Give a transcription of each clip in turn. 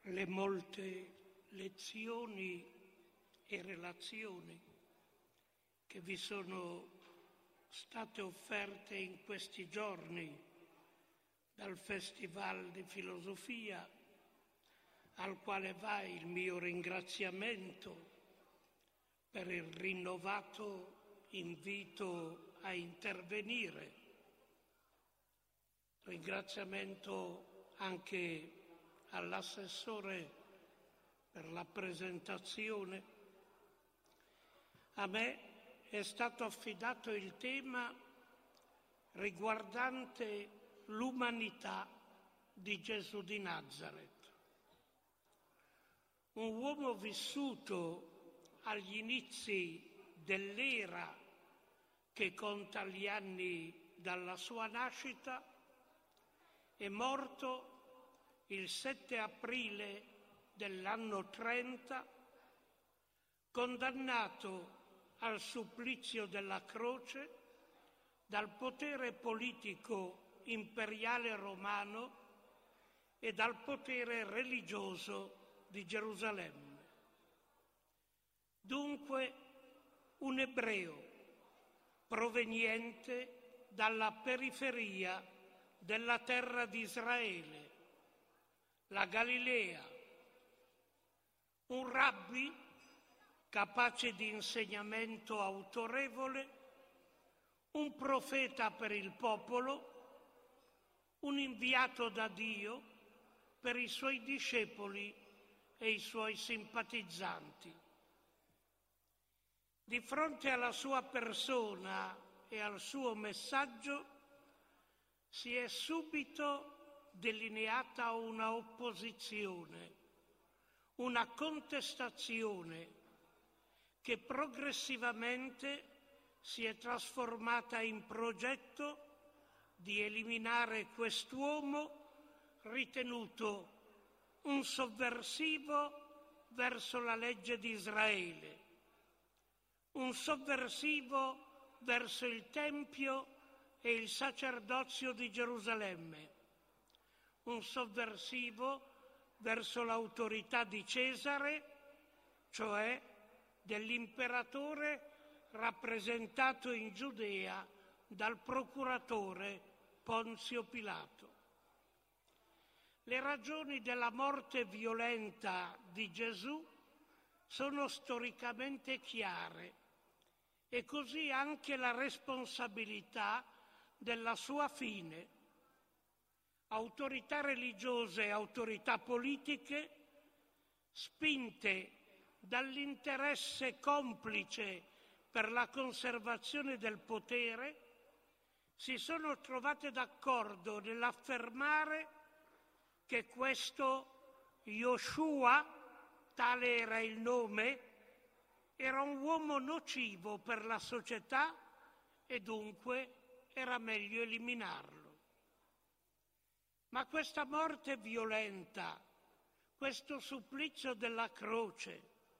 le molte lezioni e relazioni che vi sono state offerte in questi giorni dal Festival di Filosofia, al quale va il mio ringraziamento per il rinnovato invito a intervenire. Ringraziamento anche all'assessore per la presentazione. A me è stato affidato il tema riguardante l'umanità di Gesù di Nazaret. Un uomo vissuto agli inizi dell'era che conta gli anni dalla sua nascita, è morto il 7 aprile dell'anno 30, condannato al supplizio della croce dal potere politico imperiale romano e dal potere religioso di Gerusalemme. Dunque un ebreo proveniente dalla periferia della terra di Israele, la Galilea, un rabbi capace di insegnamento autorevole, un profeta per il popolo, un inviato da Dio per i suoi discepoli e i suoi simpatizzanti. Di fronte alla sua persona e al suo messaggio si è subito delineata una opposizione, una contestazione che progressivamente si è trasformata in progetto di eliminare quest'uomo ritenuto un sovversivo verso la legge di Israele, un sovversivo verso il Tempio e il sacerdozio di Gerusalemme, un sovversivo verso l'autorità di Cesare, cioè dell'imperatore rappresentato in Giudea dal procuratore Ponzio Pilato. Le ragioni della morte violenta di Gesù sono storicamente chiare e così anche la responsabilità della sua fine. Autorità religiose e autorità politiche, spinte dall'interesse complice per la conservazione del potere, si sono trovate d'accordo nell'affermare che questo Yoshua, tale era il nome, era un uomo nocivo per la società e dunque era meglio eliminarlo. Ma questa morte violenta, questo supplizio della croce,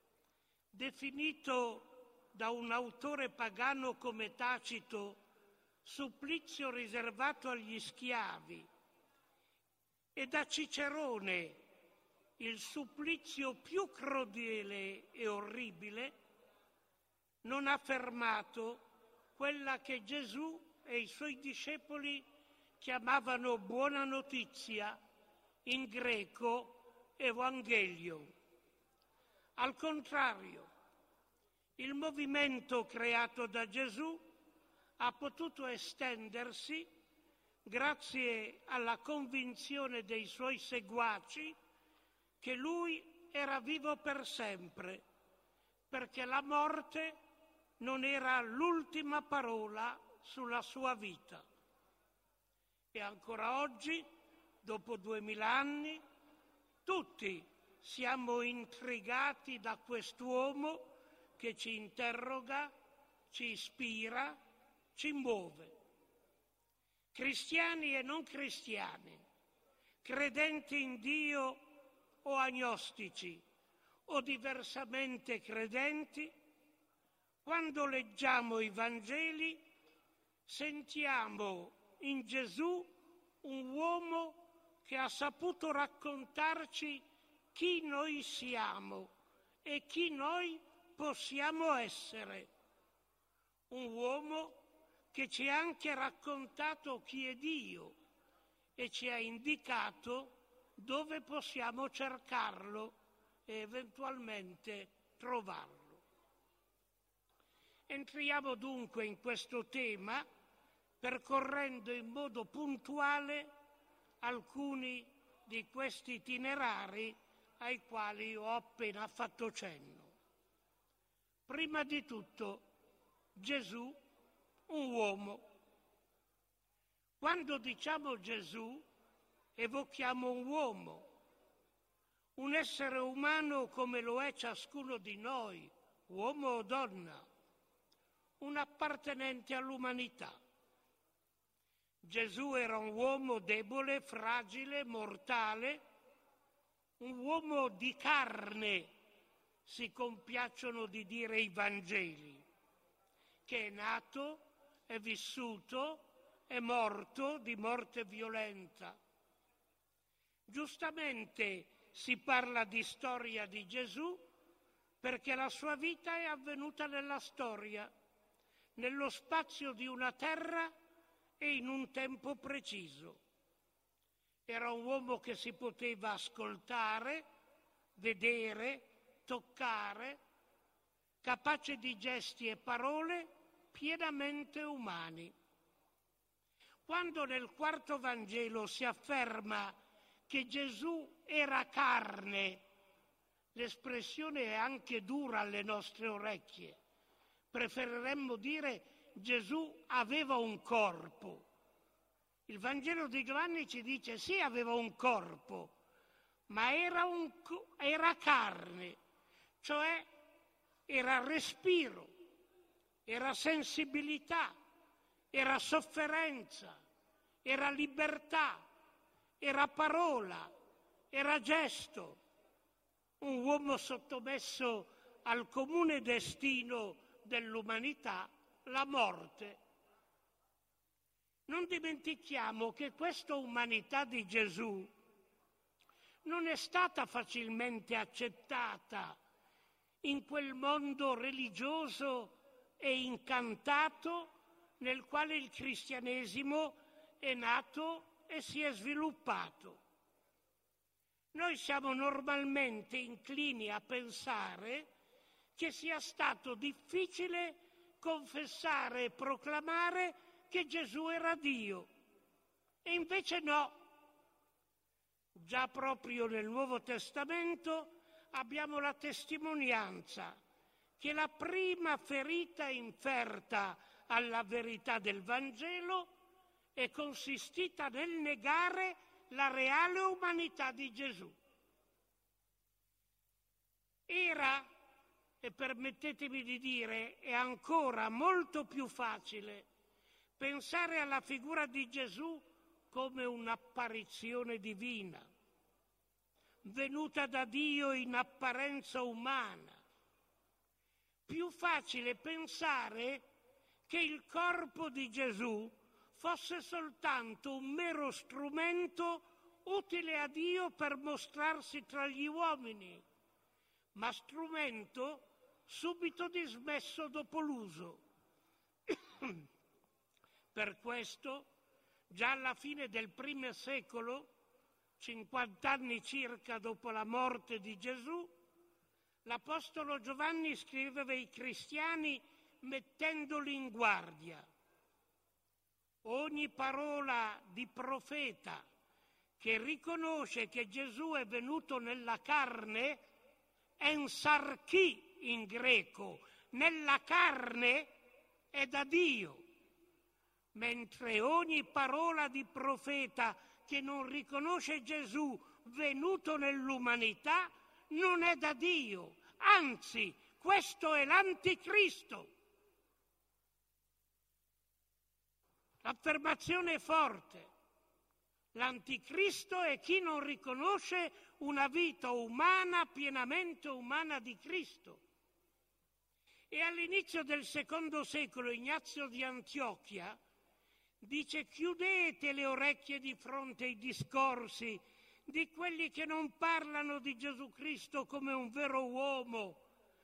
definito da un autore pagano come Tacito supplizio riservato agli schiavi, e da Cicerone il supplizio più crudele e orribile, non ha fermato quella che Gesù e i suoi discepoli chiamavano buona notizia, in greco Evangelion. Al contrario, il movimento creato da Gesù ha potuto estendersi grazie alla convinzione dei suoi seguaci che lui era vivo per sempre, perché la morte non era l'ultima parola sulla sua vita. E ancora oggi, dopo 2000 anni, tutti siamo intrigati da quest'uomo che ci interroga, ci ispira, ci muove. Cristiani e non cristiani, credenti in Dio o agnostici o diversamente credenti, quando leggiamo i Vangeli sentiamo in Gesù un uomo che ha saputo raccontarci chi noi siamo e chi noi possiamo essere. Un uomo che ci ha anche raccontato chi è Dio e ci ha indicato dove possiamo cercarlo e eventualmente trovarlo. Entriamo dunque in questo tema percorrendo in modo puntuale alcuni di questi itinerari ai quali ho appena fatto cenno. Prima di tutto, Gesù, un uomo. Quando diciamo Gesù, evochiamo un uomo, un essere umano come lo è ciascuno di noi, uomo o donna, un appartenente all'umanità. Gesù era un uomo debole, fragile, mortale, un uomo di carne, si compiacciono di dire i Vangeli, che è nato, è vissuto, è morto di morte violenta. Giustamente si parla di storia di Gesù perché la sua vita è avvenuta nella storia, nello spazio di una terra e in un tempo preciso. Era un uomo che si poteva ascoltare, vedere, toccare, capace di gesti e parole pienamente umani. Quando nel quarto Vangelo si afferma che Gesù era carne, l'espressione è anche dura alle nostre orecchie. Preferiremmo dire Gesù aveva un corpo. Il Vangelo di Giovanni ci dice sì, aveva un corpo, ma era carne, cioè era respiro, era sensibilità, era sofferenza, era libertà, era parola, era gesto. Un uomo sottomesso al comune destino dell'umanità, la morte. Non dimentichiamo che questa umanità di Gesù non è stata facilmente accettata in quel mondo religioso e incantato nel quale il cristianesimo è nato e si è sviluppato. Noi siamo normalmente inclini a pensare che sia stato difficile confessare e proclamare che Gesù era Dio. E invece no. Già proprio nel Nuovo Testamento abbiamo la testimonianza che la prima ferita inferta alla verità del Vangelo è consistita nel negare la reale umanità di Gesù. Era, e permettetemi di dire, è ancora molto più facile pensare alla figura di Gesù come un'apparizione divina, venuta da Dio in apparenza umana. Più facile pensare che il corpo di Gesù fosse soltanto un mero strumento utile a Dio per mostrarsi tra gli uomini, ma strumento subito dismesso dopo l'uso. Per questo, già alla fine del primo secolo, 50 anni circa dopo la morte di Gesù, l'Apostolo Giovanni scriveva ai cristiani mettendoli in guardia. Ogni parola di profeta che riconosce che Gesù è venuto nella carne, ensarchi in greco, nella carne è da Dio, mentre ogni parola di profeta che non riconosce Gesù venuto nell'umanità non è da Dio, anzi, questo è l'anticristo. L'affermazione è forte. L'anticristo è chi non riconosce una vita umana, pienamente umana di Cristo. E all'inizio del secondo secolo Ignazio di Antiochia dice: chiudete le orecchie di fronte ai discorsi di quelli che non parlano di Gesù Cristo come un vero uomo,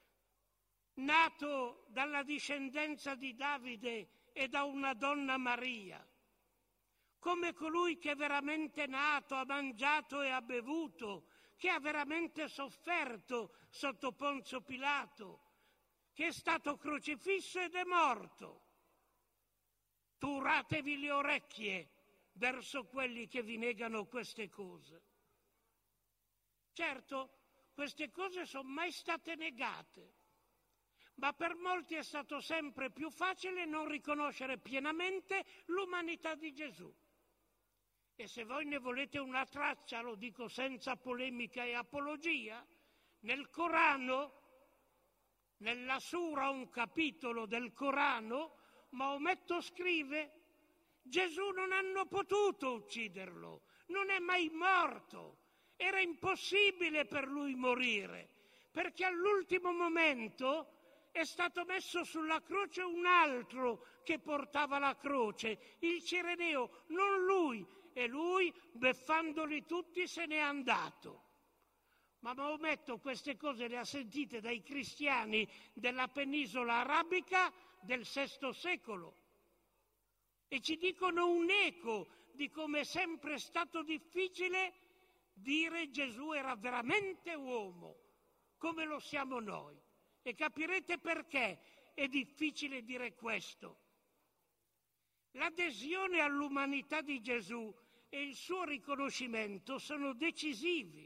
nato dalla discendenza di Davide e da una donna Maria, come colui che è veramente nato, ha mangiato e ha bevuto, che ha veramente sofferto sotto Ponzio Pilato, che è stato crocifisso ed è morto. Turatevi le orecchie verso quelli che vi negano queste cose. Certo, queste cose sono mai state negate, ma per molti è stato sempre più facile non riconoscere pienamente l'umanità di Gesù. E se voi ne volete una traccia, lo dico senza polemica e apologia, nel Corano, nella Sura, un capitolo del Corano, Maometto scrive: Gesù non hanno potuto ucciderlo, non è mai morto, era impossibile per lui morire, perché all'ultimo momento è stato messo sulla croce un altro che portava la croce, il Cireneo, non lui, e lui, beffandoli tutti, se n'è andato. Ma Maometto queste cose le ha sentite dai cristiani della penisola arabica del VI secolo e ci dicono un eco di come è sempre stato difficile dire Gesù era veramente uomo, come lo siamo noi. E capirete perché è difficile dire questo. L'adesione all'umanità di Gesù e il suo riconoscimento sono decisivi.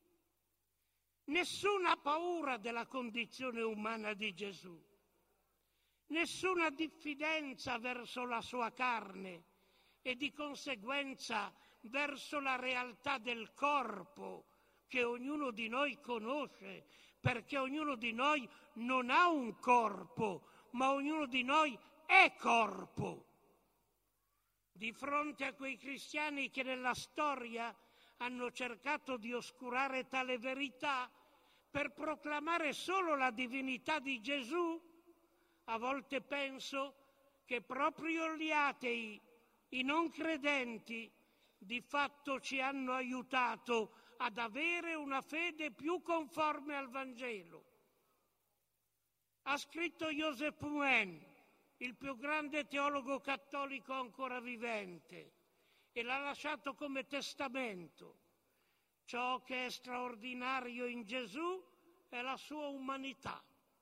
Nessuna paura della condizione umana di Gesù, nessuna diffidenza verso la sua carne e di conseguenza verso la realtà del corpo che ognuno di noi conosce, perché ognuno di noi non ha un corpo, ma ognuno di noi è corpo. Di fronte a quei cristiani che nella storia hanno cercato di oscurare tale verità per proclamare solo la divinità di Gesù, a volte penso che proprio gli atei, i non credenti, di fatto ci hanno aiutato ad avere una fede più conforme al Vangelo. Ha scritto Joseph Mouen, il più grande teologo cattolico ancora vivente, e l'ha lasciato come testamento. Ciò che è straordinario in Gesù è la sua umanità,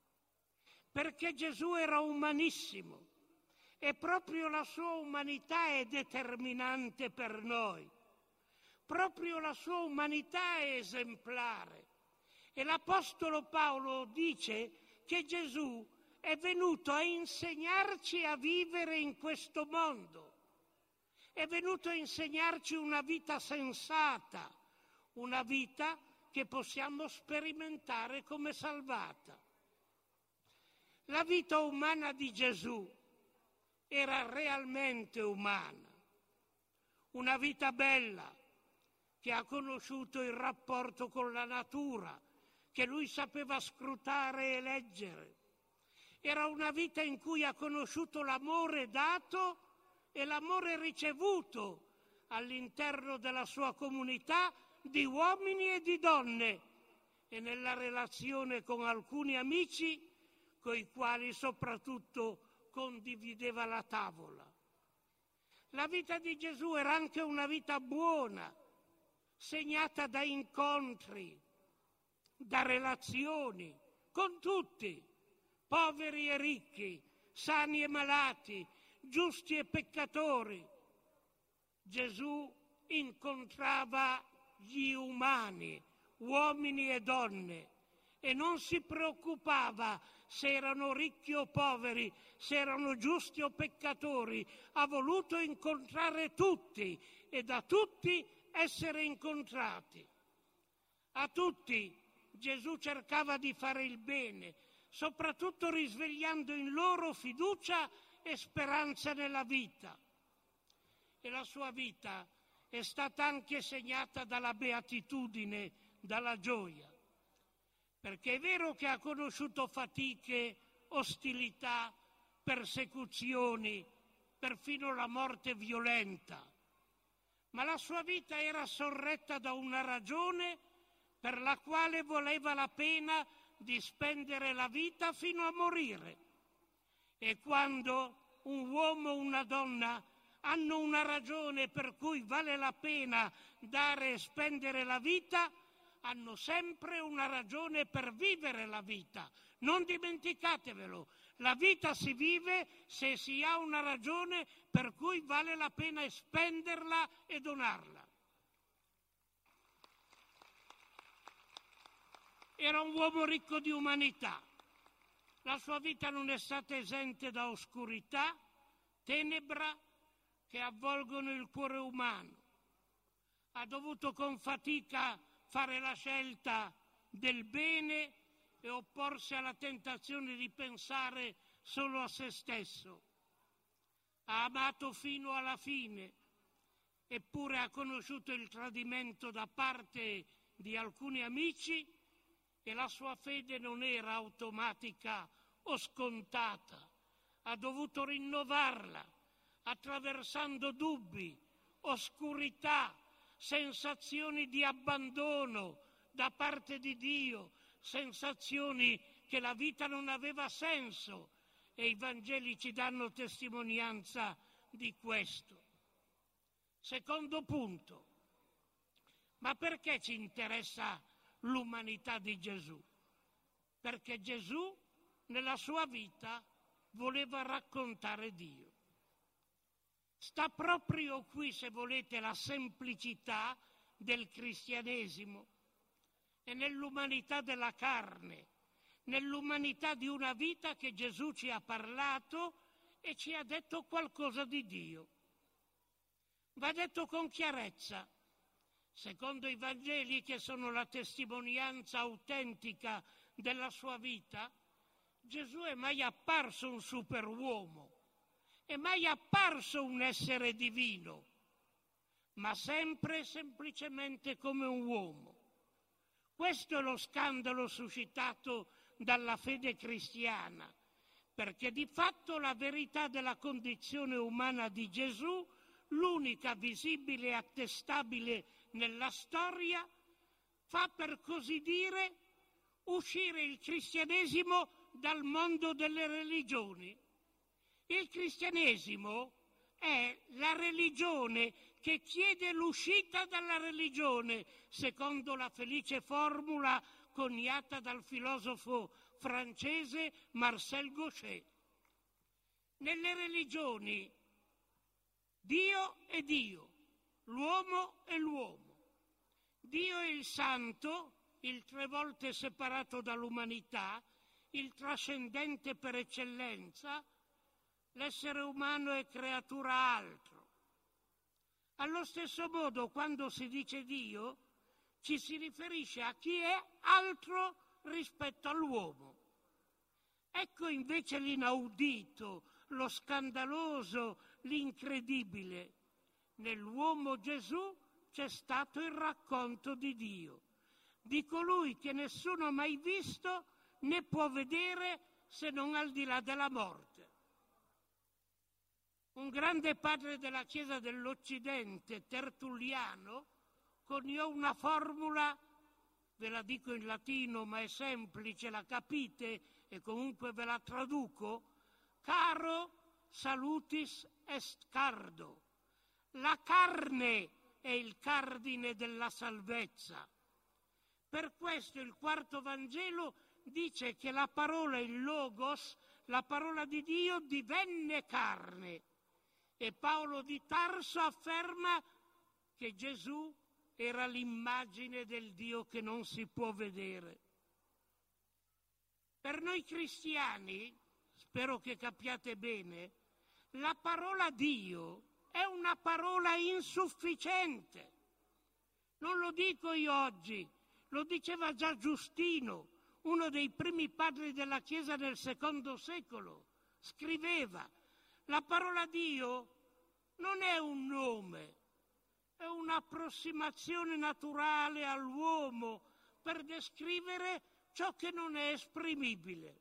perché Gesù era umanissimo e proprio la sua umanità è determinante per noi. Proprio la sua umanità è esemplare. E l'Apostolo Paolo dice che Gesù è venuto a insegnarci a vivere in questo mondo. È venuto a insegnarci una vita sensata, una vita che possiamo sperimentare come salvata. La vita umana di Gesù era realmente umana, una vita bella che ha conosciuto il rapporto con la natura, che lui sapeva scrutare e leggere. Era una vita in cui ha conosciuto l'amore dato e l'amore ricevuto all'interno della sua comunità di uomini e di donne e nella relazione con alcuni amici coi quali soprattutto condivideva la tavola. La vita di Gesù era anche una vita buona, segnata da incontri, da relazioni con tutti, poveri e ricchi, sani e malati, giusti e peccatori. Gesù incontrava gli umani, uomini e donne, e non si preoccupava se erano ricchi o poveri, se erano giusti o peccatori. Ha voluto incontrare tutti e da tutti essere incontrati. A tutti Gesù cercava di fare il bene, soprattutto risvegliando in loro fiducia e speranza nella vita. E la sua vita è stata anche segnata dalla beatitudine, dalla gioia. Perché è vero che ha conosciuto fatiche, ostilità, persecuzioni, perfino la morte violenta, ma la sua vita era sorretta da una ragione per la quale valeva la pena di spendere la vita fino a morire. E quando un uomo o una donna hanno una ragione per cui vale la pena dare e spendere la vita, hanno sempre una ragione per vivere la vita. Non dimenticatevelo, la vita si vive se si ha una ragione per cui vale la pena spenderla e donarla. Era un uomo ricco di umanità. La sua vita non è stata esente da oscurità, tenebra che avvolgono il cuore umano. Ha dovuto con fatica fare la scelta del bene e opporsi alla tentazione di pensare solo a se stesso. Ha amato fino alla fine, eppure ha conosciuto il tradimento da parte di alcuni amici e la sua fede non era automatica o scontata. Ha dovuto rinnovarla, attraversando dubbi, oscurità, sensazioni di abbandono da parte di Dio, sensazioni che la vita non aveva senso, e i Vangeli ci danno testimonianza di questo. Secondo punto, ma perché ci interessa l'umanità di Gesù? Perché Gesù nella sua vita voleva raccontare Dio. Sta proprio qui, se volete, la semplicità del cristianesimo e nell'umanità della carne, nell'umanità di una vita che Gesù ci ha parlato e ci ha detto qualcosa di Dio. Va detto con chiarezza, secondo i Vangeli, che sono la testimonianza autentica della sua vita, Gesù è mai apparso un superuomo, è mai apparso un essere divino, ma sempre semplicemente come un uomo. Questo è lo scandalo suscitato dalla fede cristiana, perché di fatto la verità della condizione umana di Gesù, l'unica visibile e attestabile nella storia, fa per così dire uscire il cristianesimo dal mondo delle religioni. Il cristianesimo è la religione che chiede l'uscita dalla religione, secondo la felice formula coniata dal filosofo francese Marcel Gauchet. Nelle religioni Dio è Dio, l'uomo è l'uomo. Dio è il santo, il 3 volte separato dall'umanità, il trascendente per eccellenza. L'essere umano è creatura altro. Allo stesso modo, quando si dice Dio, ci si riferisce a chi è altro rispetto all'uomo. Ecco invece l'inaudito, lo scandaloso, l'incredibile. Nell'uomo Gesù c'è stato il racconto di Dio, di colui che nessuno ha mai visto né può vedere se non al di là della morte. Un grande padre della Chiesa dell'Occidente, Tertulliano, coniò una formula, ve la dico in latino ma è semplice, la capite e comunque ve la traduco: caro salutis est cardo. La carne è il cardine della salvezza. Per questo il 4° Vangelo dice che la parola, il Logos, la parola di Dio, divenne carne. E Paolo di Tarso afferma che Gesù era l'immagine del Dio che non si può vedere. Per noi cristiani, spero che capiate bene, la parola Dio è una parola insufficiente. Non lo dico io oggi, lo diceva già Giustino, uno dei primi padri della Chiesa del II secolo. Scriveva: la parola Dio non è un nome, è un'approssimazione naturale all'uomo per descrivere ciò che non è esprimibile.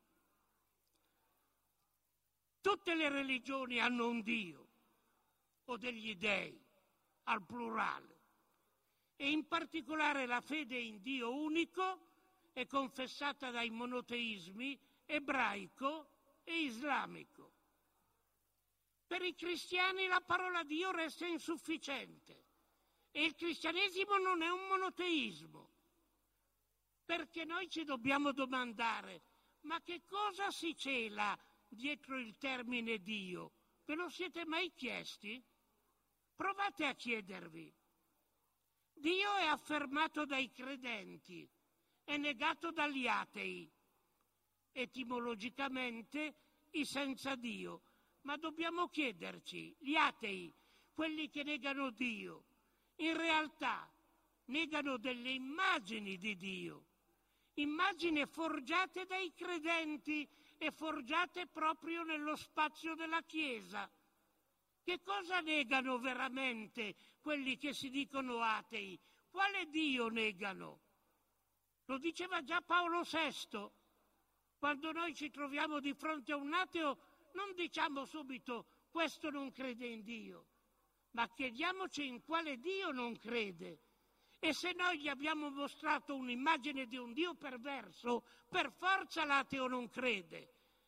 Tutte le religioni hanno un Dio o degli dei, al plurale. E in particolare la fede in Dio unico è confessata dai monoteismi ebraico e islamico. Per i cristiani la parola Dio resta insufficiente e il cristianesimo non è un monoteismo, perché noi ci dobbiamo domandare: ma che cosa si cela dietro il termine Dio? Ve lo siete mai chiesti? Provate a chiedervi. Dio è affermato dai credenti, è negato dagli atei, etimologicamente i senza Dio. Ma dobbiamo chiederci, gli atei, quelli che negano Dio, in realtà negano delle immagini di Dio, immagini forgiate dai credenti e forgiate proprio nello spazio della Chiesa. Che cosa negano veramente quelli che si dicono atei? Quale Dio negano? Lo diceva già Paolo VI. Quando noi ci troviamo di fronte a un ateo, non diciamo subito: questo non crede in Dio, ma chiediamoci in quale Dio non crede. E se noi gli abbiamo mostrato un'immagine di un Dio perverso, per forza l'ateo non crede.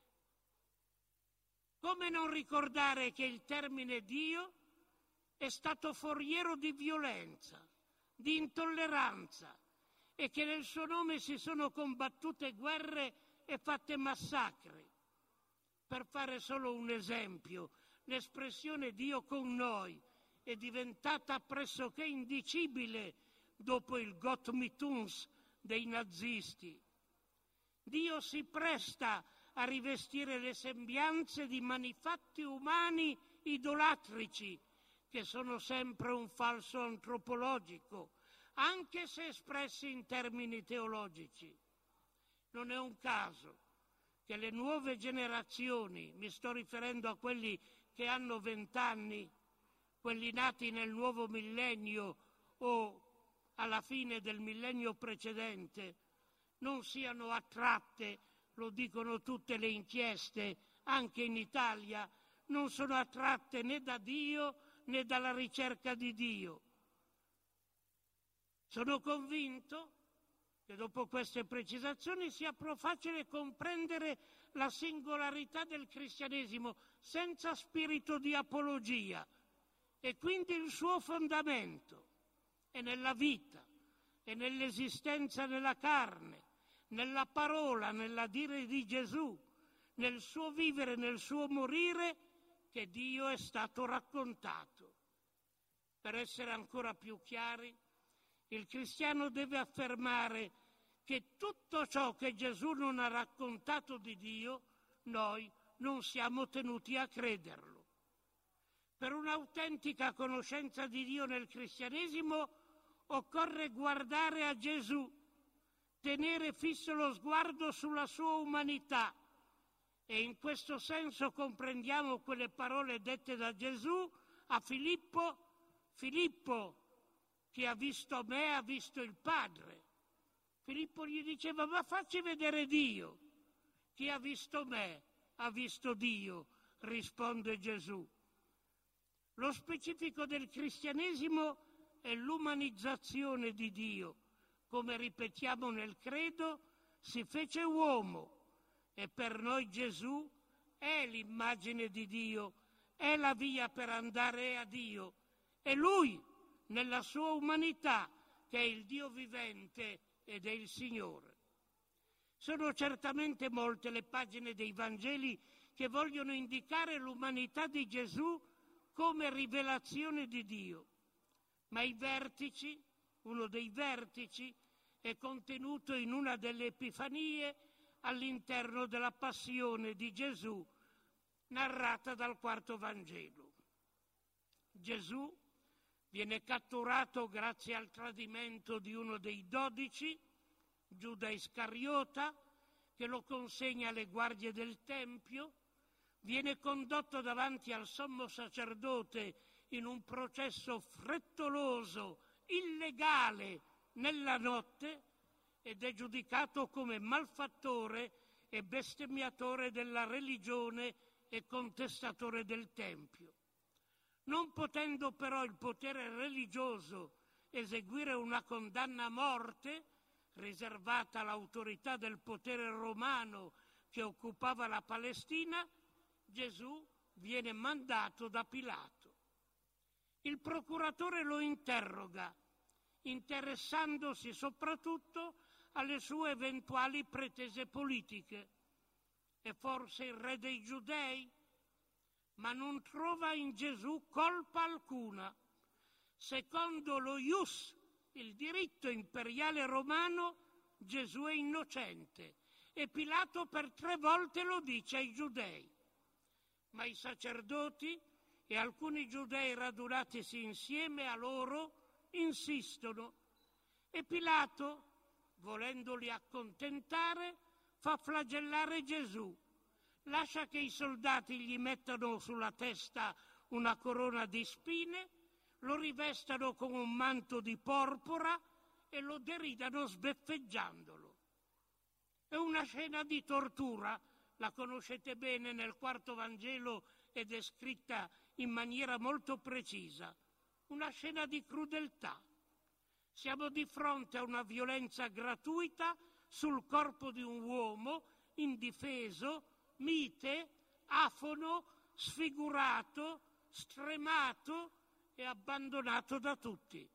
Come non ricordare che il termine Dio è stato foriero di violenza, di intolleranza, e che nel suo nome si sono combattute guerre e fatte massacri? Per fare solo un esempio, l'espressione Dio con noi è diventata pressoché indicibile dopo il Gott mit uns dei nazisti. Dio si presta a rivestire le sembianze di manifatti umani idolatrici, che sono sempre un falso antropologico, anche se espressi in termini teologici. Non è un caso che le nuove generazioni, mi sto riferendo a quelli che hanno 20 anni, quelli nati nel nuovo millennio o alla fine del millennio precedente, non siano attratte, lo dicono tutte le inchieste, anche in Italia, non sono attratte né da Dio né dalla ricerca di Dio. Sono convinto che dopo queste precisazioni sia più facile comprendere la singolarità del cristianesimo senza spirito di apologia, e quindi il suo fondamento è nella vita, è nell'esistenza nella carne, nella parola, nella dire di Gesù, nel suo vivere, nel suo morire, che Dio è stato raccontato. Per essere ancora più chiari, il cristiano deve affermare che tutto ciò che Gesù non ha raccontato di Dio, noi non siamo tenuti a crederlo. Per un'autentica conoscenza di Dio nel cristianesimo occorre guardare a Gesù, tenere fisso lo sguardo sulla sua umanità, e in questo senso comprendiamo quelle parole dette da Gesù a Filippo: Filippo, chi ha visto me ha visto il Padre. Filippo gli diceva: ma facci vedere Dio. Chi ha visto me ha visto Dio, risponde Gesù. Lo specifico del cristianesimo è l'umanizzazione di Dio. Come ripetiamo nel credo, si fece uomo, e per noi Gesù è l'immagine di Dio, è la via per andare a Dio. È Lui, nella sua umanità, che è il Dio vivente ed è il Signore. Sono certamente molte le pagine dei Vangeli che vogliono indicare l'umanità di Gesù come rivelazione di Dio, ma uno dei vertici, è contenuto in una delle Epifanie all'interno della passione di Gesù, narrata dal quarto Vangelo. Gesù viene catturato grazie al tradimento di uno dei 12, Giuda Iscariota, che lo consegna alle guardie del Tempio, viene condotto davanti al sommo sacerdote in un processo frettoloso, illegale, nella notte, ed è giudicato come malfattore e bestemmiatore della religione e contestatore del Tempio. Non potendo però il potere religioso eseguire una condanna a morte, riservata all'autorità del potere romano che occupava la Palestina, Gesù viene mandato da Pilato. Il procuratore lo interroga, interessandosi soprattutto alle sue eventuali pretese politiche. È forse il re dei Giudei? Ma non trova in Gesù colpa alcuna. Secondo lo ius, il diritto imperiale romano, Gesù è innocente e Pilato per 3 volte lo dice ai giudei. Ma i sacerdoti e alcuni giudei radunatisi insieme a loro insistono e Pilato, volendoli accontentare, fa flagellare Gesù. Lascia che i soldati gli mettano sulla testa una corona di spine, lo rivestano con un manto di porpora e lo deridano sbeffeggiandolo. È una scena di tortura, la conoscete bene nel 4° Vangelo ed è scritta in maniera molto precisa. Una scena di crudeltà. Siamo di fronte a una violenza gratuita sul corpo di un uomo indifeso, mite, afono, sfigurato, stremato e abbandonato da tutti.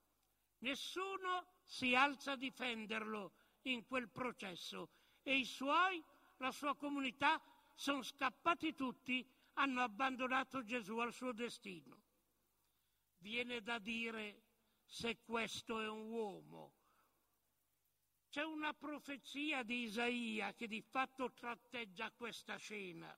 Nessuno si alza a difenderlo in quel processo e i suoi, la sua comunità, sono scappati tutti, hanno abbandonato Gesù al suo destino. Viene da dire se questo è un uomo. C'è una profezia di Isaia che di fatto tratteggia questa scena.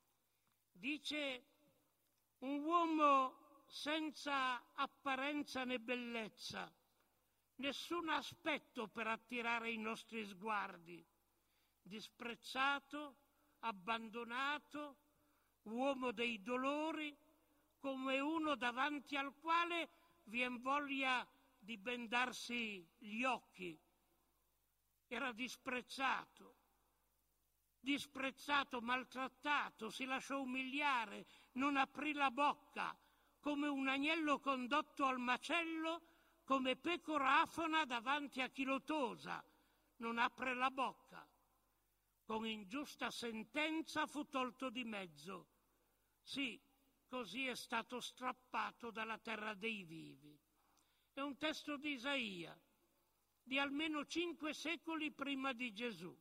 Dice: un uomo senza apparenza né bellezza, nessun aspetto per attirare i nostri sguardi, disprezzato, abbandonato, uomo dei dolori, come uno davanti al quale vien voglia di bendarsi gli occhi. Era disprezzato, maltrattato, si lasciò umiliare, non aprì la bocca, come un agnello condotto al macello, come pecora afona davanti a chi lo tosa, non apre la bocca. Con ingiusta sentenza fu tolto di mezzo. Sì, così è stato strappato dalla terra dei vivi. È un testo di Isaia, di almeno 5 secoli prima di Gesù.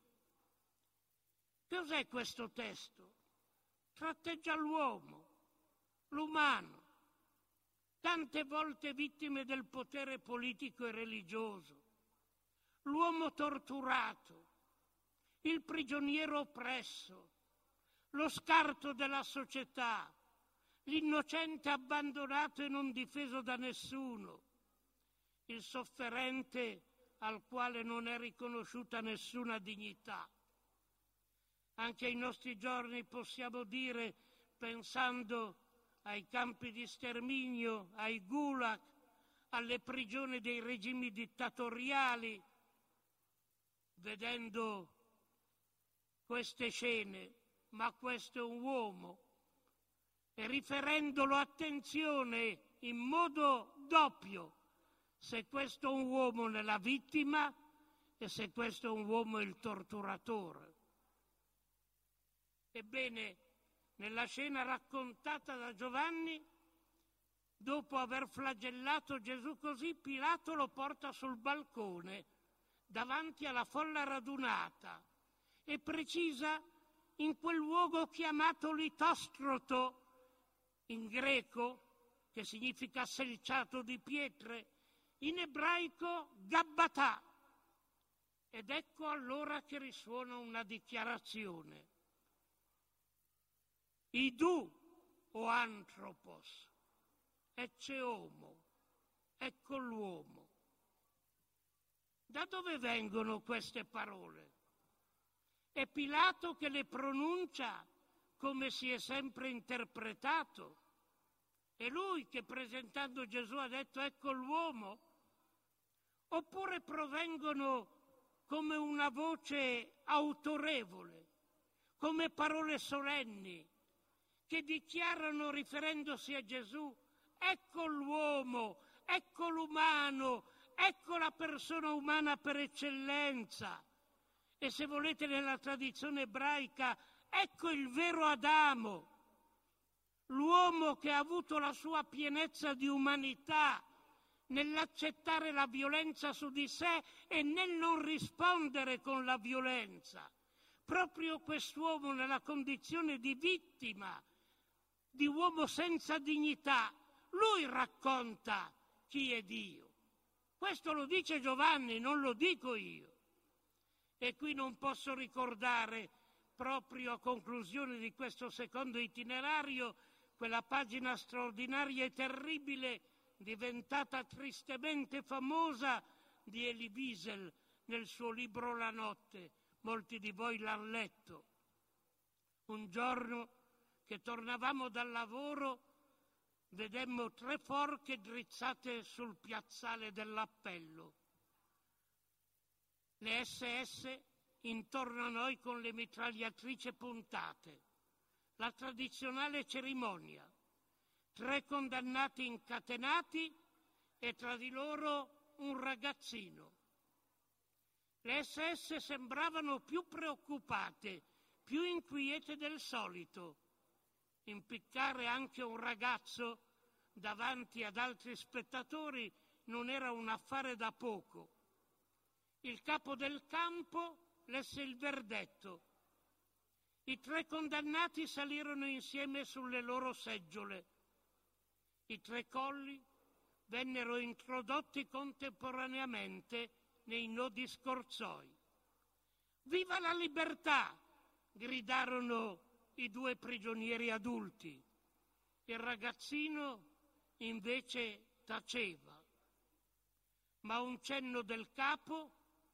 Cos'è questo testo? Tratteggia l'uomo, l'umano, tante volte vittime del potere politico e religioso, l'uomo torturato, il prigioniero oppresso, lo scarto della società, l'innocente abbandonato e non difeso da nessuno, il sofferente al quale non è riconosciuta nessuna dignità. Anche ai nostri giorni possiamo dire, pensando ai campi di sterminio, ai gulag, alle prigioni dei regimi dittatoriali, vedendo queste scene, ma questo è un uomo, e riferendolo, attenzione, in modo doppio, se questo è un uomo nella vittima e se questo è un uomo il torturatore. Ebbene, nella scena raccontata da Giovanni, dopo aver flagellato Gesù così, Pilato lo porta sul balcone, davanti alla folla radunata, e precisa in quel luogo chiamato litostroto, in greco, che significa selciato di pietre, in ebraico Gabbatà. Ed ecco allora che risuona una dichiarazione. Idou o anthropos, ecce homo, ecco l'uomo. Da dove vengono queste parole? È Pilato che le pronuncia come si è sempre interpretato? È lui che presentando Gesù ha detto ecco l'uomo? Oppure provengono come una voce autorevole, come parole solenni, che dichiarano, riferendosi a Gesù, ecco l'uomo, ecco l'umano, ecco la persona umana per eccellenza. E se volete nella tradizione ebraica, ecco il vero Adamo, l'uomo che ha avuto la sua pienezza di umanità nell'accettare la violenza su di sé e nel non rispondere con la violenza. Proprio quest'uomo nella condizione di vittima, di uomo senza dignità, lui racconta chi è Dio. Questo lo dice Giovanni, non lo dico io. E qui non posso ricordare, proprio a conclusione di questo secondo itinerario, quella pagina straordinaria e terribile, diventata tristemente famosa, di Elie Wiesel nel suo libro La notte. Molti di voi l'hanno letto. Un giorno che tornavamo dal lavoro, vedemmo 3 forche drizzate sul piazzale dell'appello. Le SS intorno a noi con le mitragliatrici puntate. La tradizionale cerimonia. 3 condannati incatenati e tra di loro un ragazzino. Le SS sembravano più preoccupate, più inquiete del solito. Impiccare anche un ragazzo davanti ad altri spettatori non era un affare da poco. Il capo del campo lesse il verdetto. I 3 condannati salirono insieme sulle loro seggiole. I 3 colli vennero introdotti contemporaneamente nei nodi scorzoi. Viva la libertà! Gridarono i 2 prigionieri adulti. Il ragazzino invece taceva. Ma a un cenno del campo,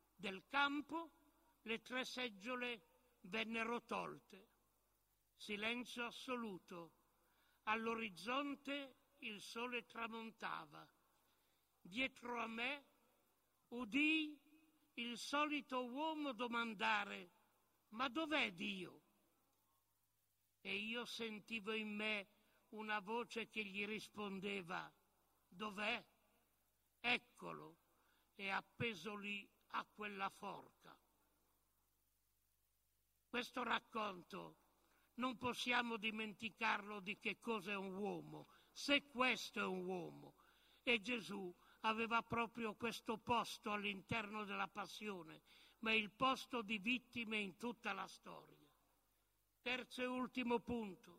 le 3 seggiole vennero tolte. Silenzio assoluto. All'orizzonte il sole tramontava. Dietro a me udii il solito uomo domandare: ma dov'è Dio? E io sentivo in me una voce che gli rispondeva: dov'è? Eccolo, è appeso lì a quella forca. Questo racconto non possiamo dimenticarlo di che cosa è un uomo, se questo è un uomo. E Gesù aveva proprio questo posto all'interno della passione, ma il posto di vittime in tutta la storia. Terzo e ultimo punto,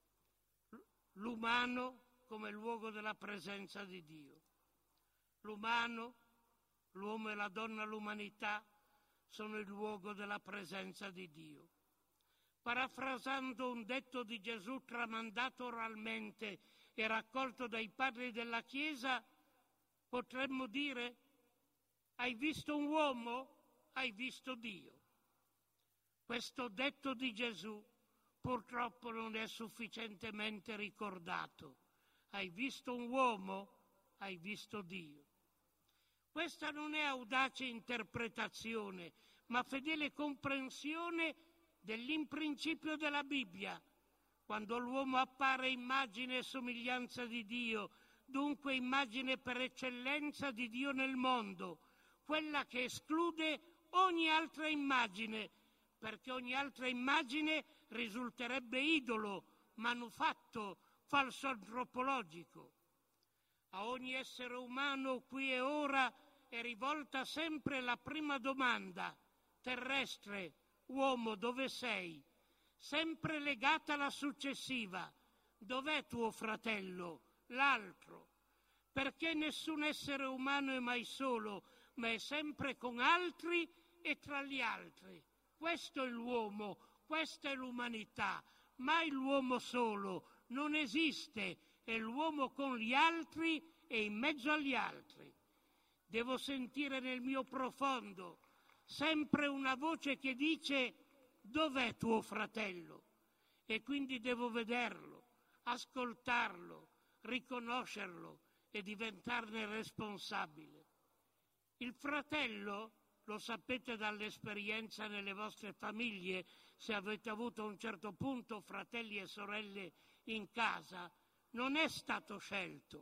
l'umano come luogo della presenza di Dio. L'umano, l'uomo e la donna, l'umanità, sono il luogo della presenza di Dio. Parafrasando un detto di Gesù tramandato oralmente e raccolto dai padri della Chiesa, potremmo dire: hai visto un uomo? Hai visto Dio. Questo detto di Gesù purtroppo non è sufficientemente ricordato. Hai visto un uomo? Hai visto Dio. Questa non è audace interpretazione, ma fedele comprensione dell'imprincipio della Bibbia. Quando l'uomo appare immagine e somiglianza di Dio, dunque immagine per eccellenza di Dio nel mondo, quella che esclude ogni altra immagine, perché ogni altra immagine risulterebbe idolo, manufatto, falso antropologico. A ogni essere umano qui e ora è rivolta sempre la prima domanda: terrestre, uomo, dove sei? Sempre legata alla successiva: dov'è tuo fratello, l'altro? Perché nessun essere umano è mai solo, ma è sempre con altri e tra gli altri. Questo è l'uomo, questa è l'umanità. Mai l'uomo solo, non esiste. È l'uomo con gli altri e in mezzo agli altri. Devo sentire nel mio profondo sempre una voce che dice: dov'è tuo fratello? E quindi devo vederlo, ascoltarlo, riconoscerlo e diventarne responsabile. Il fratello lo sapete dall'esperienza nelle vostre famiglie, se avete avuto a un certo punto fratelli e sorelle in casa, non è stato scelto.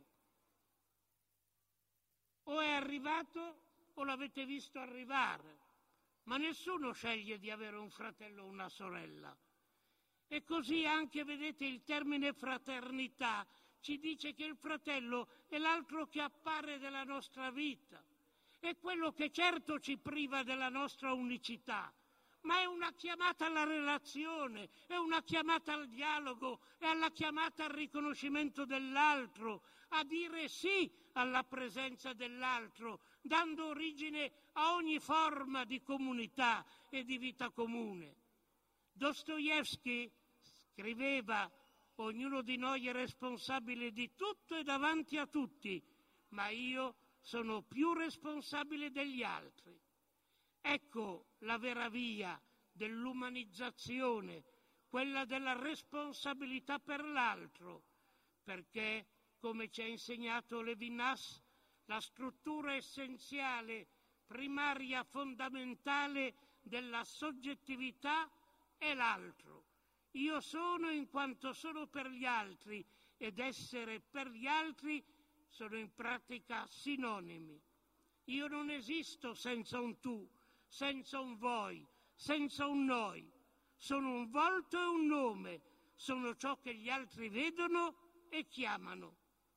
O è arrivato o l'avete visto arrivare, ma nessuno sceglie di avere un fratello o una sorella. E così anche, vedete, il termine fraternità ci dice che il fratello è l'altro che appare della nostra vita, è quello che certo ci priva della nostra unicità, ma è una chiamata alla relazione, è una chiamata al dialogo, è alla chiamata al riconoscimento dell'altro, a dire sì alla presenza dell'altro, dando origine a ogni forma di comunità e di vita comune. Dostoevskij scriveva: ognuno di noi è responsabile di tutto e davanti a tutti, ma io sono più responsabile degli altri. Ecco la vera via dell'umanizzazione, quella della responsabilità per l'altro, perché, come ci ha insegnato Levinas, la struttura essenziale, primaria, fondamentale della soggettività è l'altro. Io sono in quanto sono per gli altri, ed essere per gli altri sono in pratica sinonimi. Io non esisto senza un tu, senza un voi, senza un noi. Sono un volto e un nome, sono ciò che gli altri vedono e chiamano.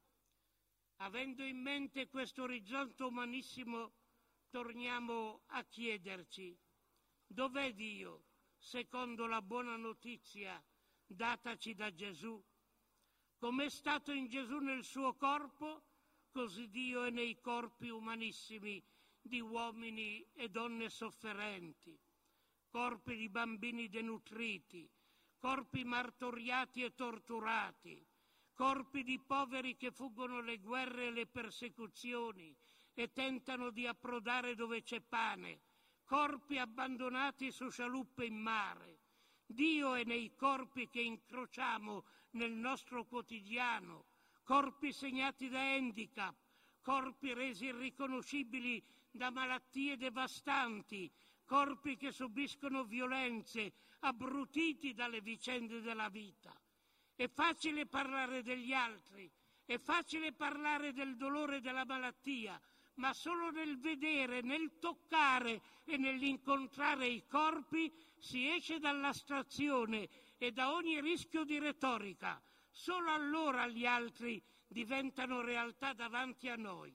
Avendo in mente questo orizzonte umanissimo, torniamo a chiederci: dov'è Dio, secondo la buona notizia dataci da Gesù? Com'è stato in Gesù nel suo corpo, così Dio è nei corpi umanissimi di uomini e donne sofferenti, corpi di bambini denutriti, corpi martoriati e torturati, corpi di poveri che fuggono le guerre e le persecuzioni e tentano di approdare dove c'è pane, corpi abbandonati su scialuppe in mare. Dio è nei corpi che incrociamo nel nostro quotidiano, corpi segnati da handicap, corpi resi irriconoscibili da malattie devastanti, corpi che subiscono violenze, abbrutiti dalle vicende della vita. È facile parlare degli altri, è facile parlare del dolore e della malattia, ma solo nel vedere, nel toccare e nell'incontrare i corpi si esce dall'astrazione e da ogni rischio di retorica. Solo allora gli altri diventano realtà davanti a noi.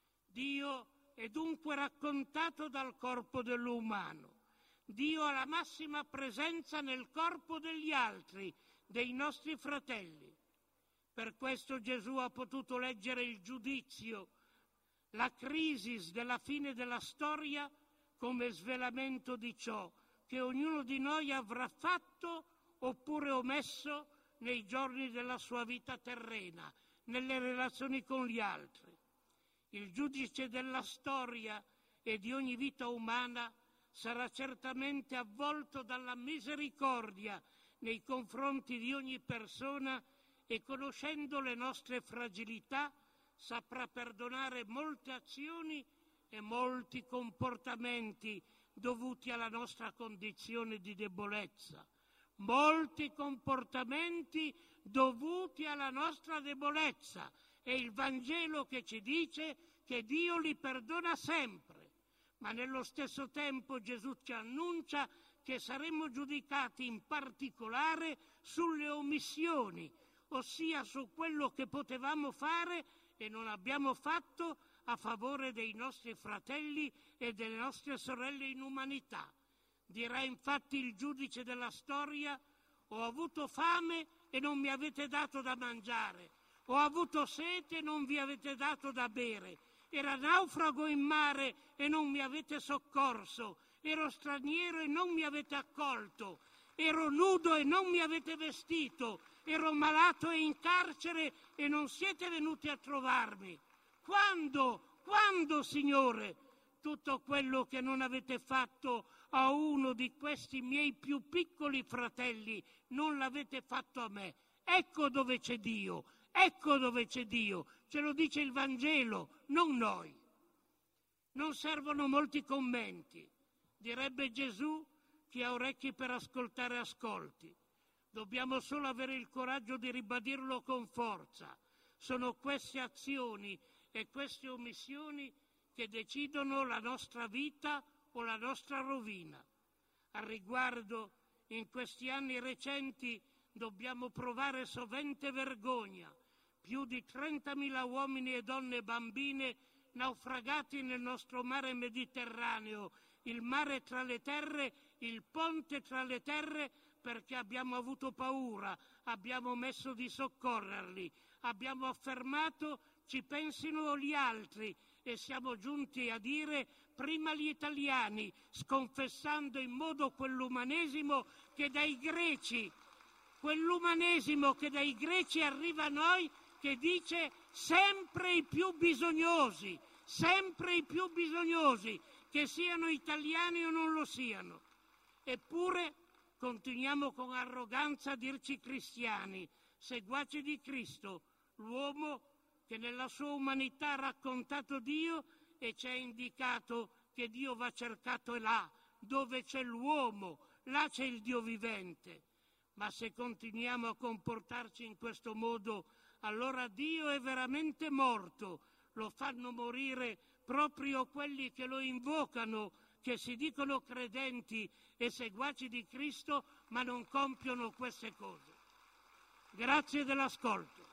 Dio è dunque raccontato dal corpo dell'umano. Dio ha la massima presenza nel corpo degli altri, dei nostri fratelli. Per questo Gesù ha potuto leggere il giudizio, la crisi della fine della storia come svelamento di ciò che ognuno di noi avrà fatto oppure omesso nei giorni della sua vita terrena, nelle relazioni con gli altri. Il giudice della storia e di ogni vita umana sarà certamente avvolto dalla misericordia nei confronti di ogni persona e, conoscendo le nostre fragilità, saprà perdonare molte azioni e molti comportamenti dovuti alla nostra condizione di debolezza. Molti comportamenti dovuti alla nostra debolezza. È il Vangelo che ci dice che Dio li perdona sempre, ma nello stesso tempo Gesù ci annuncia che saremo giudicati in particolare sulle omissioni, ossia su quello che potevamo fare e non abbiamo fatto a favore dei nostri fratelli e delle nostre sorelle in umanità. Dirà infatti il giudice della storia: ho avuto fame e non mi avete dato da mangiare, ho avuto sete e non vi avete dato da bere, era naufrago in mare e non mi avete soccorso, ero straniero e non mi avete accolto, ero nudo e non mi avete vestito, ero malato e in carcere e non siete venuti a trovarmi. Quando, Signore? Tutto quello che non avete fatto a uno di questi miei più piccoli fratelli non l'avete fatto a me. Ecco dove c'è Dio, ecco dove c'è Dio. Ce lo dice il Vangelo, non noi. Non servono molti commenti. Direbbe Gesù: chi ha orecchi per ascoltare ascolti. Dobbiamo solo avere il coraggio di ribadirlo con forza. Sono queste azioni e queste omissioni che decidono la nostra vita o la nostra rovina. Al riguardo, in questi anni recenti dobbiamo provare sovente vergogna. Più di 30.000 uomini e donne e bambine naufragati nel nostro mare Mediterraneo, il mare tra le terre, il ponte tra le terre, perché abbiamo avuto paura, abbiamo omesso di soccorrerli, abbiamo affermato ci pensino gli altri e siamo giunti a dire prima gli italiani, sconfessando in modo quell'umanesimo che dai greci arriva a noi, che dice sempre i più bisognosi, che siano italiani o non lo siano. Eppure continuiamo con arroganza a dirci cristiani, seguaci di Cristo, l'uomo che nella sua umanità ha raccontato Dio e ci ha indicato che Dio va cercato là, dove c'è l'uomo, là c'è il Dio vivente. Ma se continuiamo a comportarci in questo modo, allora Dio è veramente morto. Lo fanno morire proprio quelli che lo invocano, che si dicono credenti e seguaci di Cristo, ma non compiono queste cose. Grazie dell'ascolto.